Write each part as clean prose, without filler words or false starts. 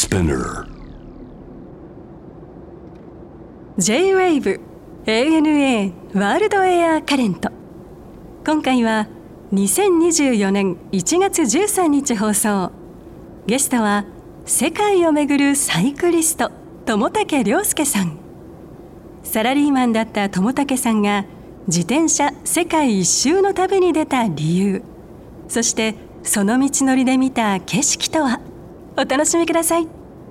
Spinner J-Wave ANA ワールドエアカレント。今回は2024年1月13日放送。ゲストは世界を巡るサイクリスト友武亮介さん。サラリーマンだった友武さんが自転車世界一周の旅に出た理由、そしてその道のりで見た景色とは。お楽しみください。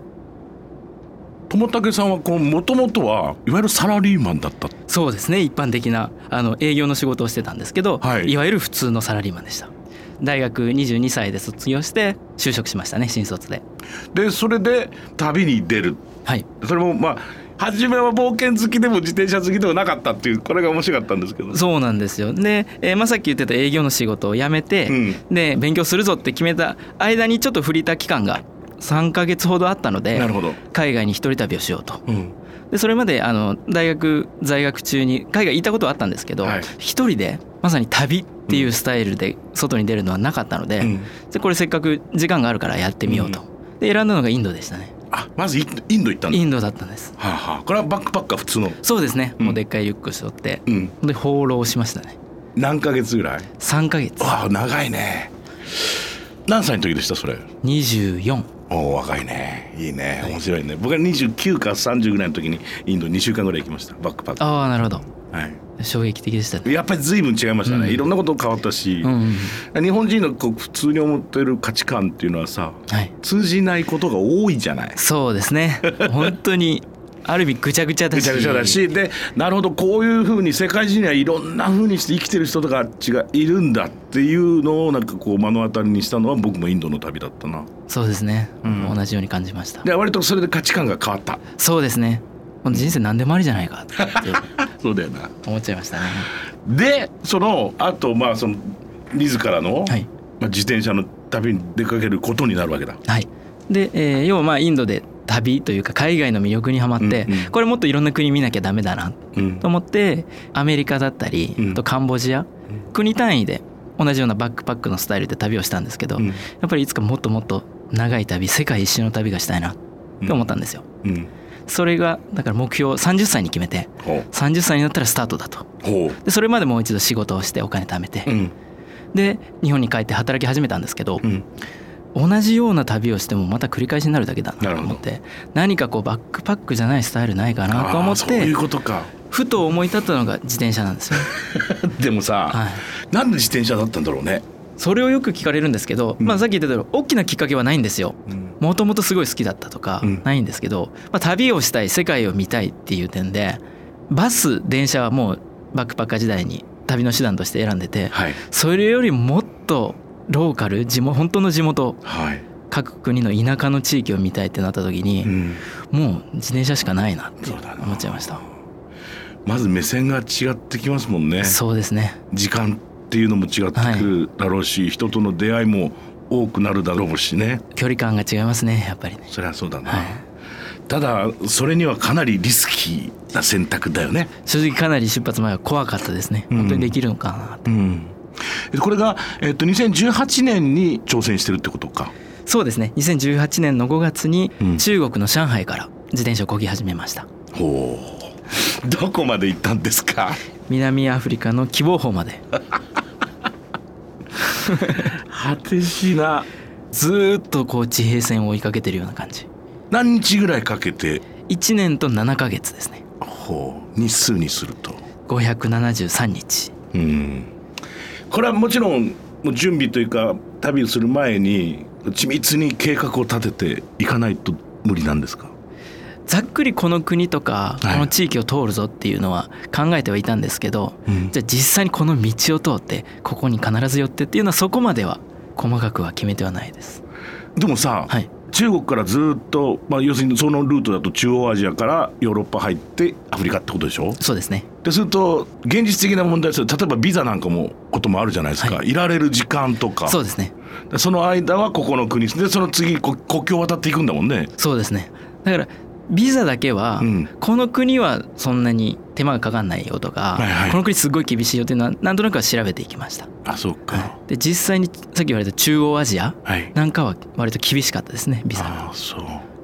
友武さんはもともとはいわゆるサラリーマンだった。 そうですね、一般的な営業の仕事をしてたんですけど、 はい、 いわゆる普通のサラリーマンでした。大学22歳で卒業して就職しましたね、新卒で。 でそれで旅に出る、 はい、 それも初めは冒険好きでも自転車好きでもなかったっていう、これが面白かったんですけど。 そうなんですよ。で、さっき言ってた営業の仕事を辞めて、で勉強するぞって決めた間にちょっとフリーター期間が3ヶ月ほどあったので、 なるほど、 海外に一人旅をしようと、でそれまで大学在学中に海外行ったことはあったんですけど、一人でまさに旅っていうスタイルで外に出るのはなかったので、でこれせっかく時間があるからやってみようと、で選んだのがインドでしたね。 まずインド行ったんだ。 インドだったんです。 これはバックパッカー普通の。そうですね、もうでっかいリュック背負って、で放浪しましたね。 何ヶ月ぐらい ？3ヶ月。 長いね。何歳の時でしたそれ ？24。 若いね。いいね、面白いね。僕は29か30ぐらいの時にインド2週間ぐらい行きました、バックパック。 なるほど、衝撃的でしたね。 やっぱり随分違いましたね、いろんなこと変わったし、日本人の普通に思ってる価値観っていうのはさ、通じないことが多いじゃない。 そうですね本当にある意味ぐちゃぐちゃだし、 でなるほど、こういうふうに世界中にはいろんなふうにして生きてる人とかいるんだっていうのをなんか目の当たりにしたのは僕もインドの旅だったな。 そうですね、同じように感じました。 で割とそれで価値観が変わった。 そうですね、人生何でもありじゃないかってそうだよな、 思っちゃいましたね。 でその後その自らの、自転車の旅に出かけることになるわけだ。 で、要はインドで旅というか海外の魅力にはまって、これもっといろんな国見なきゃダメだなと思って、アメリカだったり、あとカンボジア、国単位で同じようなバックパックのスタイルで旅をしたんですけど、やっぱりいつかもっともっと長い旅、世界一周の旅がしたいなって思ったんですよ。それがだから目標30歳に決めて、30歳になったらスタートだと。でそれまでもう一度仕事をしてお金貯めて、で日本に帰って働き始めたんですけど、同じような旅をしてもまた繰り返しになるだけだなと思って、何かバックパックじゃないスタイルないかなと思って、 そういうことか。 ふと思い立ったのが自転車なんですよでもさ、なんで自転車だったんだろうね。 それをよく聞かれるんですけど、さっき言ったように大きなきっかけはないんですよ。もともとすごい好きだったとかないんですけど、旅をしたい、世界を見たいっていう点で、バス電車はもうバックパッカー時代に旅の手段として選んでて、それよりもっとローカル、本当の地元、各国の田舎の地域を見たいってなった時に、もう自転車しかないなって思っちゃいました。 まず目線が違ってきますもんね。 そうですね。時間っていうのも違ってくるだろうし、人との出会いも多くなるだろうしね。 距離感が違いますね、やっぱりね。 それはそうだな、ただそれにはかなりリスキーな選択だよね。 正直かなり出発前は怖かったですね、本当にできるのかなって、 これが、2018年に挑戦してるってことか。 そうですね、2018年の5月に中国の上海から自転車を漕ぎ始めました。 どこまで行ったんですか？ 南アフリカの喜望峰まで果てしな。 ずっと地平線を追いかけてるような感じ。 何日ぐらいかけて ？1年と7ヶ月ですね。 日数にすると 573日。 これはもちろん準備というか旅をする前に緻密に計画を立てていかないと無理なんですか？ ざっくりこの国とかこの地域を通るぞっていうのは考えてはいたんですけど、じゃあ実際にこの道を通ってここに必ず寄ってっていうのはそこまでは細かくは決めてはないです。 でもさ、中国からずっと、要するにそのルートだと中央アジアからヨーロッパ入ってアフリカってことでしょ？ そうですね。 ですると現実的な問題ですよ。例えばビザなんかもこともあるじゃないですか、いられる時間とか。 そうですね。 その間はここの国で、その次国境を渡っていくんだもんね。 そうですね。だからビザだけは、この国はそんなに手間がかかんないよとか、この国すごい厳しいよっていうのはなんとなくは調べていきました。 そうか。 で実際にさっき言われた中央アジアなんかは割と厳しかったですね、ビザが。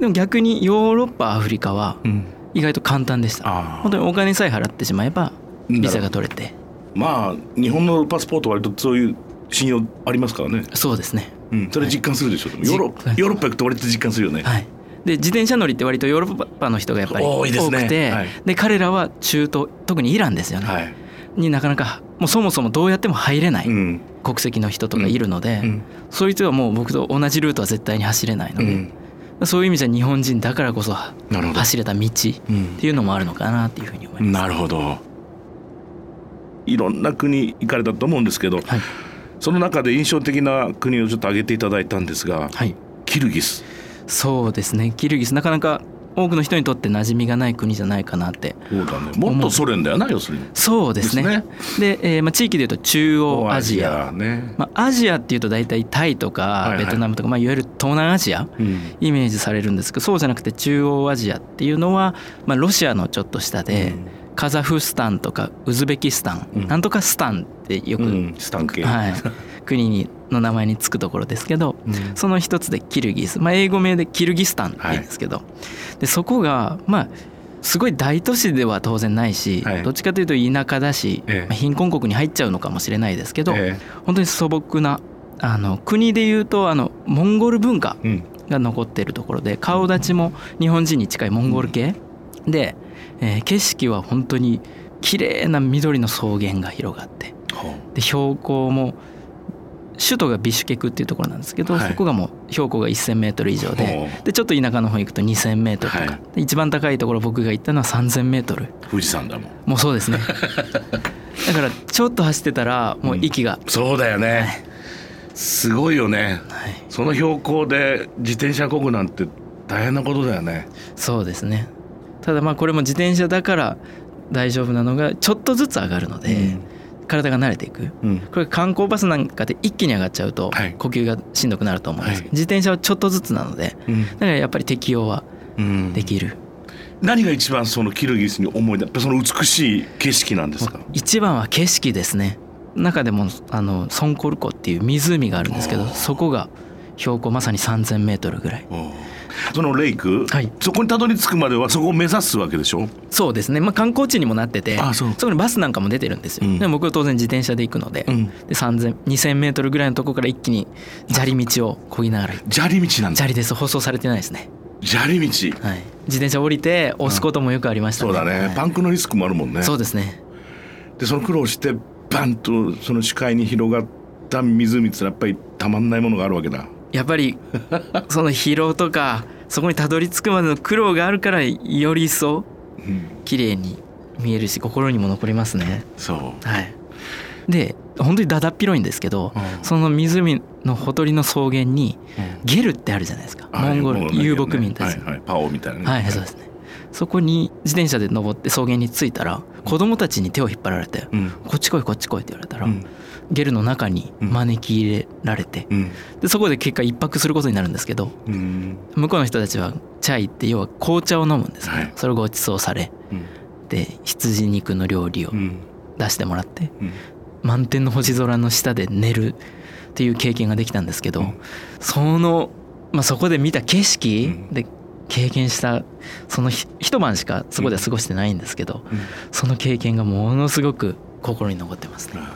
でも逆にヨーロッパアフリカは意外と簡単でした、本当にお金さえ払ってしまえばビザが取れて、 まあ日本のパスポートは割とそういう信用ありますからね。 そうですね、 それ実感するでしょ、ヨーロッパ行くと割と実感するよね。 で自転車乗りって割とヨーロッパの人がやっぱり多くて、で彼らは中東、特にイランですよね、になかなかもうそもそもどうやっても入れない国籍の人とかいるので、そいつはもう僕と同じルートは絶対に走れないので、そういう意味じゃ日本人だからこそ走れた道っていうのもあるのかなっていうふうに思います。 なるほど。いろんな国行かれたと思うんですけど、その中で印象的な国をちょっと挙げていただいたんですが、キルギス。 そうですね、キルギスなかなか多くの人にとって馴染みがない国じゃないかなって。 そうだね、もっとソ連だよな、要するに。 そうですね。で、地域でいうと中央アジア、アジアっていうと大体タイとかベトナムとか、いわゆる東南アジアイメージされるんですけど、そうじゃなくて中央アジアっていうのは、ロシアのちょっと下で、カザフスタンとかウズベキスタン、なんとかスタンってよく、 スタン系、 国の名前につくところですけど、その一つでキルギス、英語名でキルギスタンって言うんですけど、でそこがすごい大都市では当然ないし、どっちかというと田舎だし、貧困国に入っちゃうのかもしれないですけど、本当に素朴な国でいうとモンゴル文化が残っているところで、顔立ちも日本人に近いモンゴル系で、景色は本当に綺麗な緑の草原が広がって、で標高も首都がビシュケクっていうところなんですけど、そこがもう標高が 1000 メートル以上で、ちょっと田舎の方行くと2000メートルとか、で一番高いところ僕が行ったのは3000メートル。 富士山だもん。 もうそうですねだからちょっと走ってたらもう息が、 そうだよね、すごいよね、その標高で自転車漕ぐなんて大変なことだよね。 そうですね。ただこれも自転車だから大丈夫なのがちょっとずつ上がるので、体が慣れていく、これ観光バスなんかで一気に上がっちゃうと呼吸がしんどくなると思うんですけど、自転車はちょっとずつなので、だからやっぱり適応はできる。 何が一番そのキルギスに思い出、その美しい景色なんですか？ 一番は景色ですね。中でもソンコル湖っていう湖があるんですけど、そこが標高まさに3000メートルぐらい。 そのレイク、そこにたどり着くまではそこを目指すわけでしょ？そうですね、 観光地にもなってて、そこにバスなんかも出てるんですよ、でも僕は当然自転車で行くので、で2000メートルぐらいのところから一気に砂利道を漕ぎながら。 砂利道なんだ？ 砂利です。舗装されてないですね。 砂利道、 自転車降りて押すこともよくありましたね。 そうだね、パンクのリスクもあるもんね。 そうですね。 でその苦労してバンとその視界に広がった湖ってやっぱりたまんないものがあるわけだ。 やっぱりその疲労とかそこにたどり着くまでの苦労があるから、より一層綺麗に見えるし心にも残りますね。で本当にだだっ広いんですけど、その湖のほとりの草原にゲルってあるじゃないですか、モンゴル遊牧民たち、 パオみたいなね。 そうですね。そこに自転車で登って草原に着いたら、子供たちに手を引っ張られて、こっち来いこっち来いって言われたら、ゲルの中に招き入れられて、でそこで結果一泊することになるんですけど、向こうの人たちはチャイって要は紅茶を飲むんですけど、それをご馳走され、で羊肉の料理を出してもらって、満天の星空の下で寝るっていう経験ができたんですけど、そこで見た景色で経験したその一晩しかそこでは過ごしてないんですけど、その経験がものすごく心に残ってますね。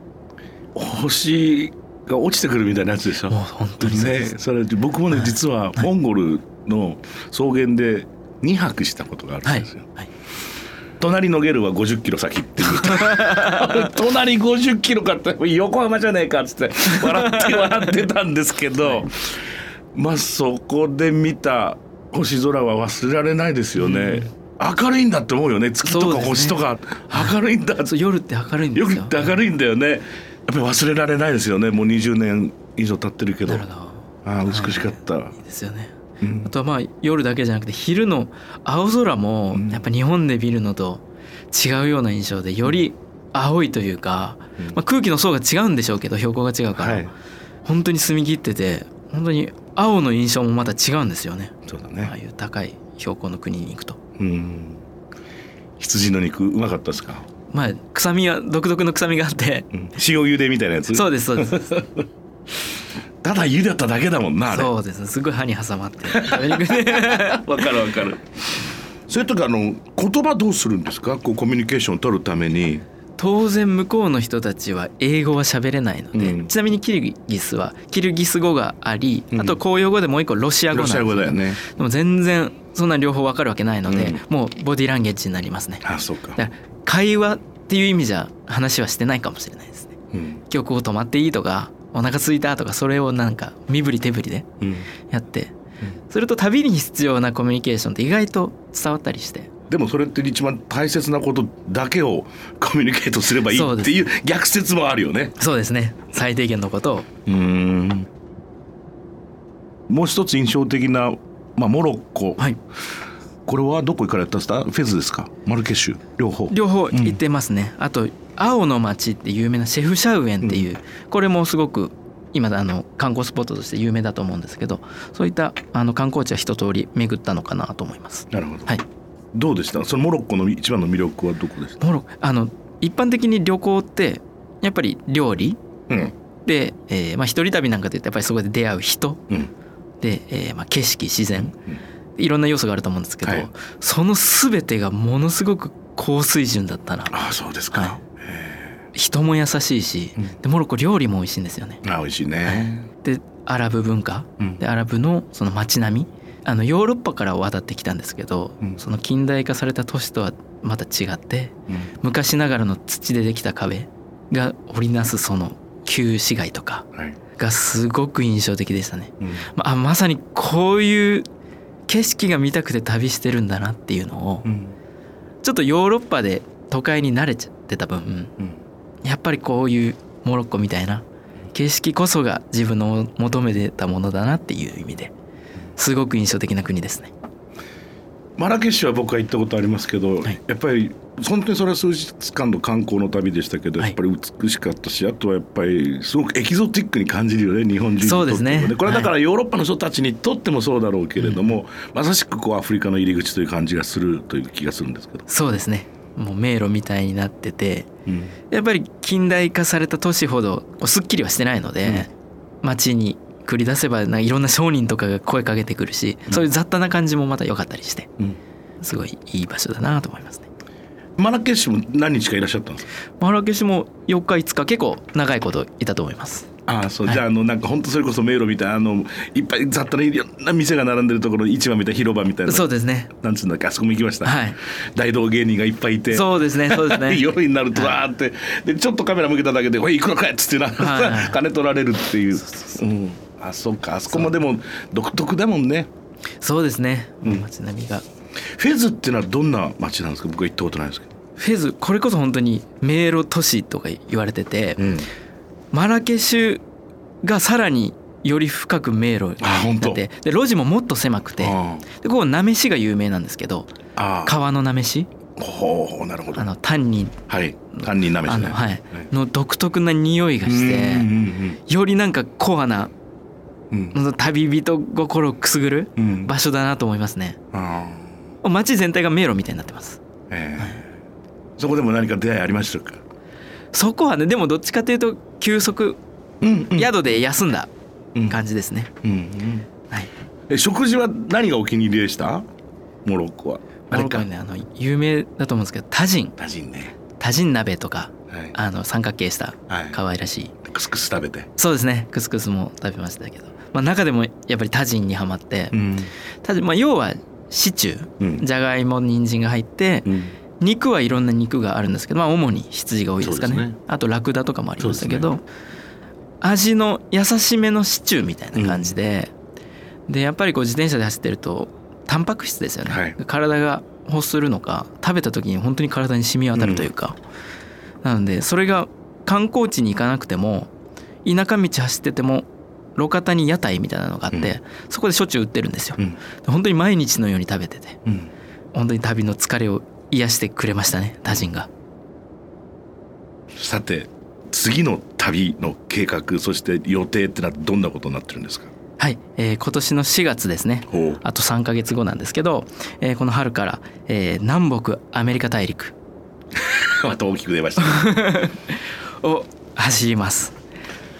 星が落ちてくるみたいなやつでしょ。 もう本当にそうです、 それ僕もね、実はモンゴルの草原で2泊したことがあるんですよ、隣のゲルは50キロ先っていう隣50キロかって横浜じゃねえかっつって笑ってたんですけど、そこで見た星空は忘れられないですよね、明るいんだって思うよね。月とか星とか明るいんだ、 夜って明るいんですよ。 夜って明るいんだよね。やっぱり忘れられないですよね。もう20年以上経ってるけど。美しかった、いいですよね、あとは夜だけじゃなくて昼の青空もやっぱ日本で見るのと違うような印象で、より青いというか、空気の層が違うんでしょうけど、標高が違うから、本当に澄み切ってて、本当に青の印象もまた違うんですよね。 そうだね。 ああいう高い標高の国に行くと。 羊の肉うまかったですか？ 臭みは独特の臭みがあって、 塩茹でみたいなやつ。 そうですただ茹でただけだもんなあれ。 そうですね、すごい歯に挟まって食べにくいねわかるわかる。そういう時言葉どうするんですか、こうコミュニケーションを取るために。 当然向こうの人たちは英語は喋れないので、ちなみにキルギスはキルギス語があり、あと公用語でもう一個ロシア語なんですよ。 ロシア語だよね。 でも全然そんな両方分かるわけないので、もうボディランゲージになりますね。 あ、そうか。 だから会話っていう意味じゃ話はしてないかもしれないですね。今日ここ泊まっていいとかお腹空いたとか、それをなんか身振り手振りでやって、すると旅に必要なコミュニケーションって意外と伝わったりして。 でもそれって一番大切なことだけをコミュニケートすればいいっていう逆説もあるよね。 そうですね、最低限のことを。 もう一つ印象的な、モロッコ、 はい、 これはどこ行かれたんですか。フェズですか、マルケシュ、両方行ってますね。あと青の町って有名なシェフシャウエンっていう、これもすごく今観光スポットとして有名だと思うんですけど、そういった観光地は一通り巡ったのかなと思います。 なるほど、 はい。 どうでした。そのモロッコの一番の魅力はどこですか。 一般的に旅行ってやっぱり料理、で、一人旅なんかで言ってやっぱりそこで出会う人、で、景色、自然、いろんな要素があると思うんですけど、その全てがものすごく高水準だったな。 あ、そうですか。 人も優しいし、でモロッコ料理も美味しいんですよね。 美味しいね。 でアラブ文化、でアラブのその街並み、ヨーロッパから渡ってきたんですけど、その近代化された都市とはまた違って、昔ながらの土でできた壁が織りなすその旧市街とかがすごく印象的でしたね。まさにこういう景色が見たくて旅してるんだなっていうのを、ちょっとヨーロッパで都会に慣れちゃってた分、やっぱりこういうモロッコみたいな景色こそが自分の求めてたものだなっていう意味ですごく印象的な国ですね。 マラケシュは僕は行ったことありますけど、やっぱり本当にそれは数日間の観光の旅でしたけど、やっぱり美しかったし、あとはやっぱりすごくエキゾティックに感じるよね、日本人にとってもね。そうですね。これはだからヨーロッパの人たちにとってもそうだろうけれども、まさしくこうアフリカの入り口という感じがするという気がするんですけど。 そうですね、もう迷路みたいになってて、やっぱり近代化された都市ほどすっきりはしてないので、街に繰り出せばいろんな商人とかが声かけてくるし、そういう雑多な感じもまた良かったりして、すごいいい場所だなと思いますね。 マラケシュも何日かいらっしゃったんですか。 マラケシュも4日5日結構長いこといたと思います。 そう、じゃあなんか本当それこそ迷路みたいないっぱい雑多ないろんな店が並んでるところ、市場みたいな広場みたいな。そうですね。なんつうんだっけ、あそこも行きました。大道芸人がいっぱいいて。そうですね、そうですね。夜になるとわーって、でちょっとカメラ向けただけで「おいいくらかや」っつって金取られるっていう。そうか、あそこもでも独特だもんね。そうですね、街並みが。 フェズっていうのはどんな街なんですか。僕は行ったことないですけど。 フェズ、これこそ本当に迷路都市とか言われてて、マラケシュがさらにより深く迷路になって、で路地ももっと狭くて、でここなめしが有名なんですけど、川のなめし、なるほど。タンニン、タンニンなめしね、の独特な匂いがして、よりなんかコアな旅人心をくすぐる場所だなと思いますね。街全体が迷路みたいになってます。 そこでも何か出会いありましたか。 そこはね、でもどっちかというと休息、宿で休んだ感じですね。 食事は何がお気に入りでした。モロッコは。 モロッコはね、有名だと思うんですけど、タジン鍋とか、三角形した可愛らしいクスクス食べて。そうですね、クスクスも食べましたけど、中でもやっぱりタジンにはまって、タジン、要はシチュー、じゃがいも人参が入って、肉はいろんな肉があるんですけど、主に羊が多いですかね。あとラクダとかもありましたけど、味の優しめのシチューみたいな感じで、でやっぱりこう自転車で走ってるとタンパク質ですよね、体が欲するのか、食べた時に本当に体に染み渡るというか、なのでそれが観光地に行かなくても田舎道走ってても路肩に屋台みたいなのがあって、そこでしょっちゅう売ってるんですよ。本当に毎日のように食べてて、本当に旅の疲れを癒してくれましたね、タジンが。 さて次の旅の計画、そして予定ってのはどんなことになってるんですか。 はい、今年の4月ですね。あと3ヶ月後なんですけど、この春から、南北アメリカ大陸また大きく出ましたを走ります。で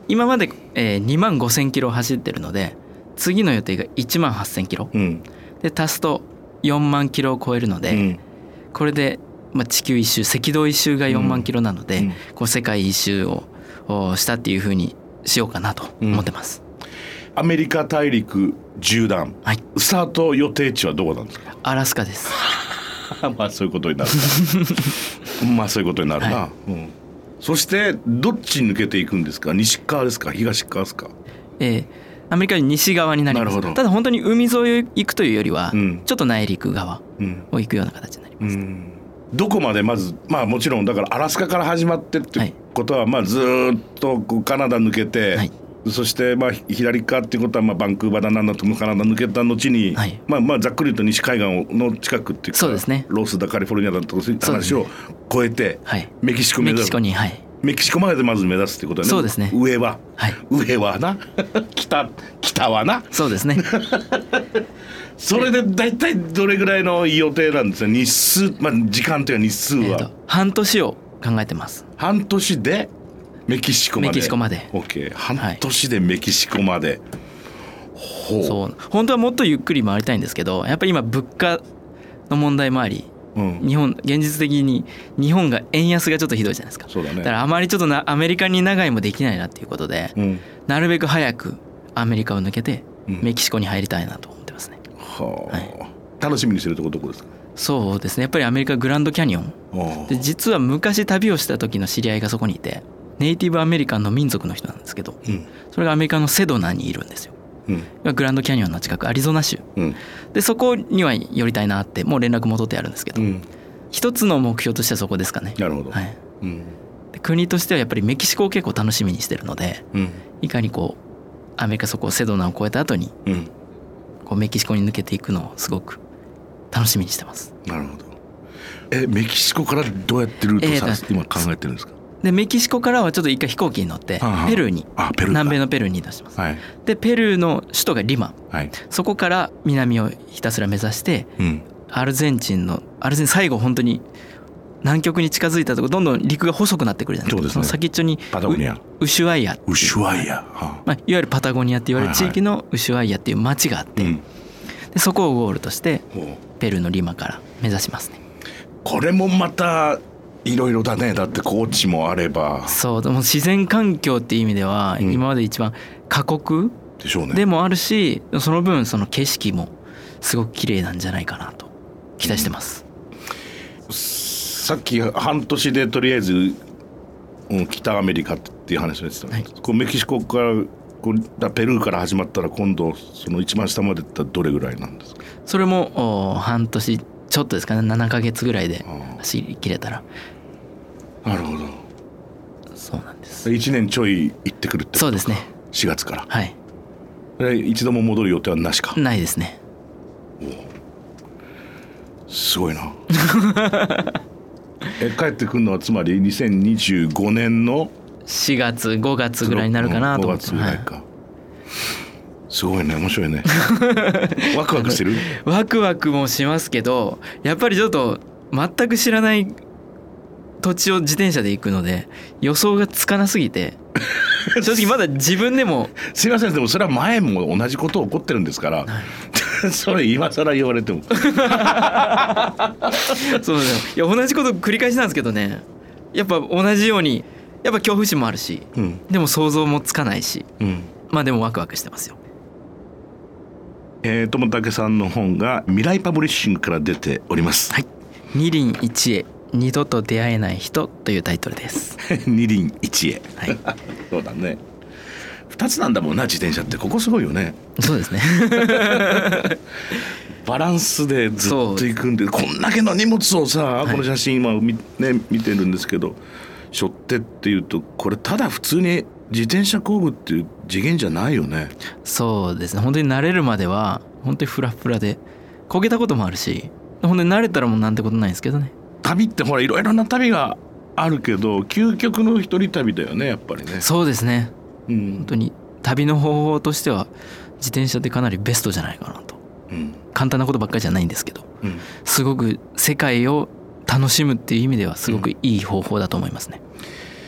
今まで2万5,000キロ走ってるので、次の予定が1万8,000キロ、で足すと4万キロを超えるので、これで地球一周、赤道一周が4万キロなので、こう世界一周をしたっていう風にしようかなと思ってます。 アメリカ大陸縦断、スタート予定地はどこなんですか？ アラスカです。 まあそういうことになるなまあそういうことになるな、そしてどっちに抜けていくんですか？西側ですか？東側ですか？ アメリカに西側になります。ただ本当に海沿いを行くというよりは、ちょっと内陸側を行くような形になります。 どこまでまず、まあもちろんだからアラスカから始まってってことは、まあずっとこうカナダ抜けて、そしてまあ左側っていうことはまあバンクーバーだなんだともカナダ抜けた後に、まあざっくり言うと西海岸の近くっていうか、 そうですね、 ロースだカリフォルニアだとかそういった話を越えて、メキシコ目指す。メキシコまでまず目指すってことはね。 そうですね。 上はな北はな。 そうですね。 それで大体どれぐらいの予定なんですか？日数、まあ時間というか日数は、 半年を考えてます。 半年でメキシコまで。OK。半年でメキシコまで。 そう本当はもっとゆっくり回りたいんですけど、やっぱり今物価の問題もあり、現実的に日本が円安がちょっとひどいじゃないですか。 そうだね。 だからあまりちょっとアメリカに長居もできないなっていうことで、なるべく早くアメリカを抜けてメキシコに入りたいなと思ってますね。 楽しみにしてるところどこですか？ そうですね、やっぱりアメリカグランドキャニオンで、実は昔旅をした時の知り合いがそこにいて、ネイティブアメリカンの民族の人なんですけど、それがアメリカのセドナにいるんですよ。グランドキャニオンの近く、アリゾナ州、でそこには寄りたいなってもう連絡も取ってあるんですけど、一つの目標としてはそこですかね。 なるほど。 で国としてはやっぱりメキシコを結構楽しみにしてるので、いかにこうアメリカそこをセドナを越えた後に、こうメキシコに抜けていくのをすごく楽しみにしてます。 なるほど。メキシコからどうやってルートを今考えてるんですか？ でメキシコからはちょっと一回飛行機に乗ってペルーに、南米のペルーに出します。でペルーの首都がリマ、そこから南をひたすら目指して、アルゼンチン最後本当に南極に近づいたところどんどん陸が細くなってくるじゃないですか。その先っちょにウシュアイア、いわゆるパタゴニアって言われる地域のウシュアイアっていう町があって、でそこをゴールとしてペルーのリマから目指しますね。 これもまたいろいろだね。だって高地もあれば、 そうでも自然環境っていう意味では今まで一番過酷でもあるし、その分その景色もすごく綺麗なんじゃないかなと期待してます。 さっき半年でとりあえず北アメリカっていう話をしてた、こうメキシコからペルーから始まったら今度その一番下までいったらどれぐらいなんですか？ それも半年ちょっとですかね。7ヶ月ぐらいで走り切れたら。 なるほど。 そうなんです。 1年ちょい行ってくるってことか。 そうですね。 4月から。一度も戻る予定はなしか？ ないですね。 すごいな。帰ってくるのはつまり2025年の 4月5月ぐらいになるかなと思って。5月ぐらいか。 すごいね、面白いね。ワクワクしてる？ ワクワクもしますけど、やっぱりちょっと全く知らない土地を自転車で行くので予想がつかなすぎて正直まだ自分でもすいません、でもそれは前も同じこと起こってるんですから、それ今更言われてもそうですよ。いや同じこと繰り返しなんですけどね、やっぱ同じようにやっぱ恐怖心もあるし、でも想像もつかないし、まあでもワクワクしてますよ。 友武さんの本が未来パブリッシングから出ております。 二輪一会二度と出会えない人というタイトルです。 二輪一会、そうだね。2つなんだもんな、自転車って。ここすごいよね。 そうですね。 バランスでずっと行くんで、こんだけの荷物をさ、この写真今見てるんですけど、背負ってっていうとこれただ普通に自転車工具っていう次元じゃないよね。 そうですね。本当に慣れるまでは本当にフラフラでこけたこともあるし、本当に慣れたらもうなんてことないんですけどね。 旅ってほらいろいろな旅があるけど究極の一人旅だよね、やっぱりね。 そうですね、本当に旅の方法としては自転車ってかなりベストじゃないかなと、簡単なことばっかりじゃないんですけど、すごく世界を楽しむっていう意味ではすごくいい方法だと思いますね。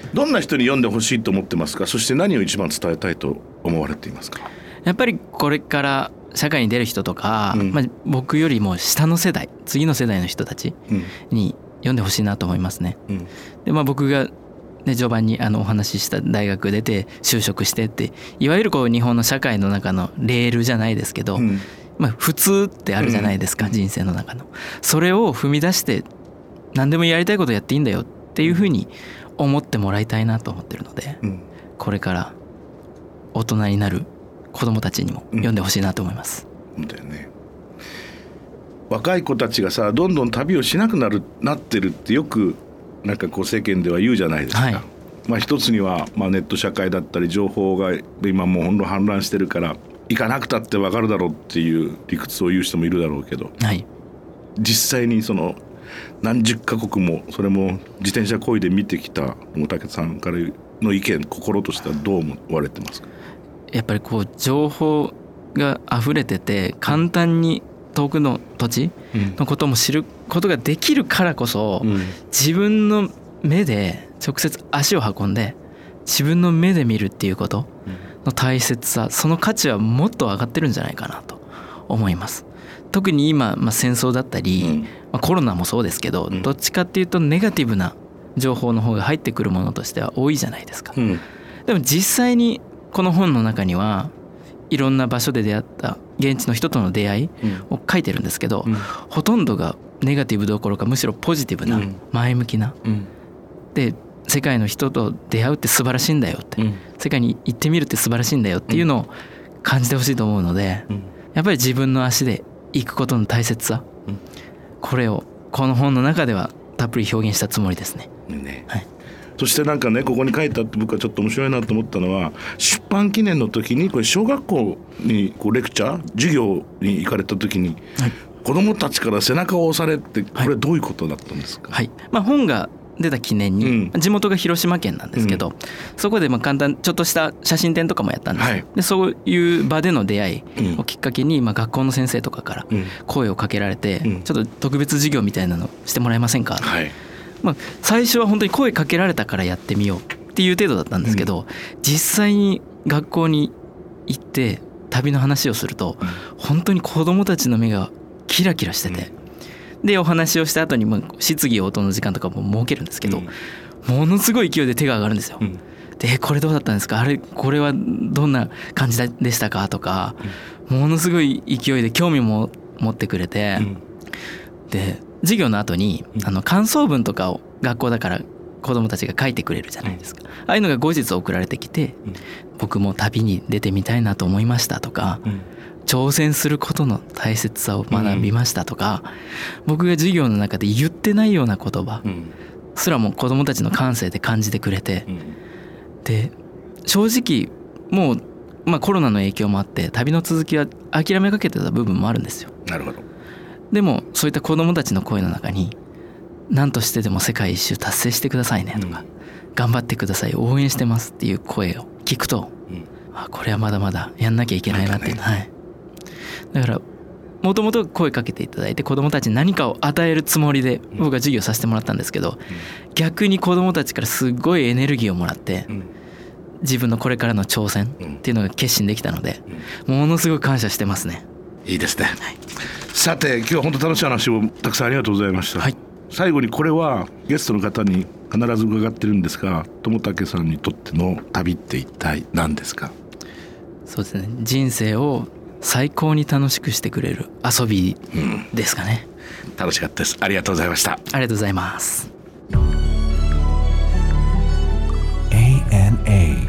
どんな人に読んでほしいと思ってますか？そして何を一番伝えたいと思われていますか？ やっぱりこれから社会に出る人とか、僕よりも下の世代、次の世代の人たちに読んでほしいなと思いますね。で、僕が序盤にお話しした大学出て就職してって、いわゆる日本の社会の中のレールじゃないですけど、普通ってあるじゃないですか、人生の中の。それを踏み出して何でもやりたいことやっていいんだよっていうふうに思ってもらいたいなと思ってるので、これから大人になる子供たちにも読んでほしいなと思います。 だよね。若い子たちがさ、どんどん旅をしなくなってるってよくなんか世間では言うじゃないですか。一つにはネット社会だったり情報が今もうほんと氾濫してるから行かなくたって分かるだろうっていう理屈を言う人もいるだろうけど、実際に何十カ国もそれも自転車漕いで見てきた大竹さんからの意見、心としてはどう思われてますか？ やっぱり情報が溢れてて簡単に遠くの土地のことも知ることができるからこそ、自分の目で直接足を運んで自分の目で見るっていうことの大切さ、その価値はもっと上がってるんじゃないかなと思います。特に今、戦争だったり、コロナもそうですけど、どっちかっていうとネガティブな情報の方が入ってくるものとしては多いじゃないですか。でも実際にこの本の中にはいろんな場所で出会った現地の人との出会いを書いてるんですけど、ほとんどがネガティブどころかむしろポジティブな、前向きな、で世界の人と出会うって素晴らしいんだよって、世界に行ってみるって素晴らしいんだよっていうのを感じてほしいと思うので、やっぱり自分の足で行くことの大切さ、これをこの本の中ではたっぷり表現したつもりですね。 そしてなんかね、ここに書いてあって僕はちょっと面白いなと思ったのは、出版記念の時にこれ小学校にレクチャー授業に行かれた時に、子どもたちから背中を押されて、これどういうことだったんですか？ 本が出た記念に、地元が広島県なんですけど、そこで簡単ちょっとした写真展とかもやったんです、でそういう場での出会いをきっかけに、学校の先生とかから声をかけられて、ちょっと特別授業みたいなのしてもらえませんか、最初は本当に声かけられたからやってみようっていう程度だったんですけど、実際に学校に行って旅の話をすると、本当に子どもたちの目がキラキラしてて、でお話をした後に質疑応答の時間とかも設けるんですけど、ものすごい勢いで手が上がるんですよ。でこれどうだったんですか、これはどんな感じでしたかとか、ものすごい勢いで興味も持ってくれて、で授業の後に感想文とかを学校だから子どもたちが書いてくれるじゃないですか、ああいうのが後日送られてきて、僕も旅に出てみたいなと思いましたとか、挑戦することの大切さを学びましたとか、僕が授業の中で言ってないような言葉すらも子どもたちの感性で感じてくれて、で正直もう、コロナの影響もあって旅の続きは諦めかけてた部分もあるんですよ。 なるほど。 でもそういった子どもたちの声の中に、何としてでも世界一周達成してくださいねとか、頑張ってください、応援してますっていう声を聞くと、これはまだまだやんなきゃいけないなっていう、だからもともと声かけていただいて子どもたちに何かを与えるつもりで僕は授業させてもらったんですけど、逆に子どもたちからすごいエネルギーをもらって、自分のこれからの挑戦っていうのが決心できたので、ものすごく感謝してますね。 いいですね、さて今日は本当楽しい話をたくさんありがとうございました、最後にこれはゲストの方に必ず伺ってるんですが、友武さんにとっての旅って一体何ですか？ そうですね、人生を最高に楽しくしてくれる遊びですかね、 楽しかったです。ありがとうございました。ありがとうございます。 ANA